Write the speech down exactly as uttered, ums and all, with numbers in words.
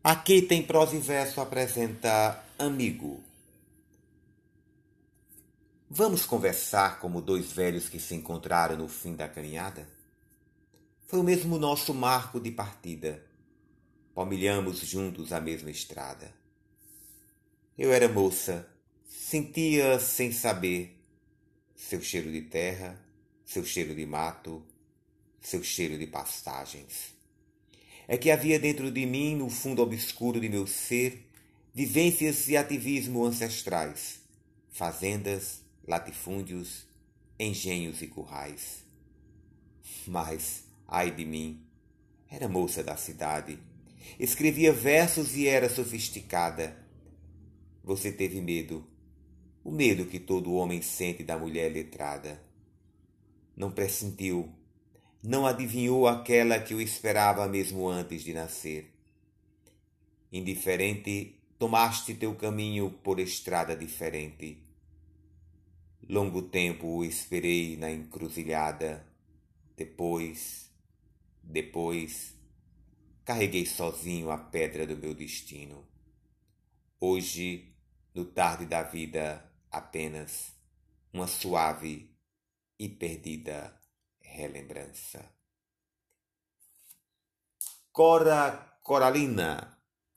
Aqui tem prosa e verso apresenta Amigo. Vamos conversar como dois velhos que se encontraram no fim da caminhada? Foi o mesmo nosso marco de partida. Palmilhamos juntos a mesma estrada. Eu era moça, sentia sem saber seu cheiro de terra, seu cheiro de mato, seu cheiro de pastagens. É que havia dentro de mim, no fundo obscuro de meu ser, vivências e ativismo ancestrais, fazendas, latifúndios, engenhos e currais. Mas, ai de mim, era moça da cidade, escrevia versos e era sofisticada. Você teve medo, o medo que todo homem sente da mulher letrada. Não pressentiu, não adivinhou aquela que eu esperava mesmo antes de nascer. Indiferente, tomaste teu caminho por estrada diferente. Longo tempo o esperei na encruzilhada. Depois, depois, carreguei sozinho a pedra do meu destino. Hoje, no tarde da vida, apenas uma suave e perdida relembrança. Cora Coralina.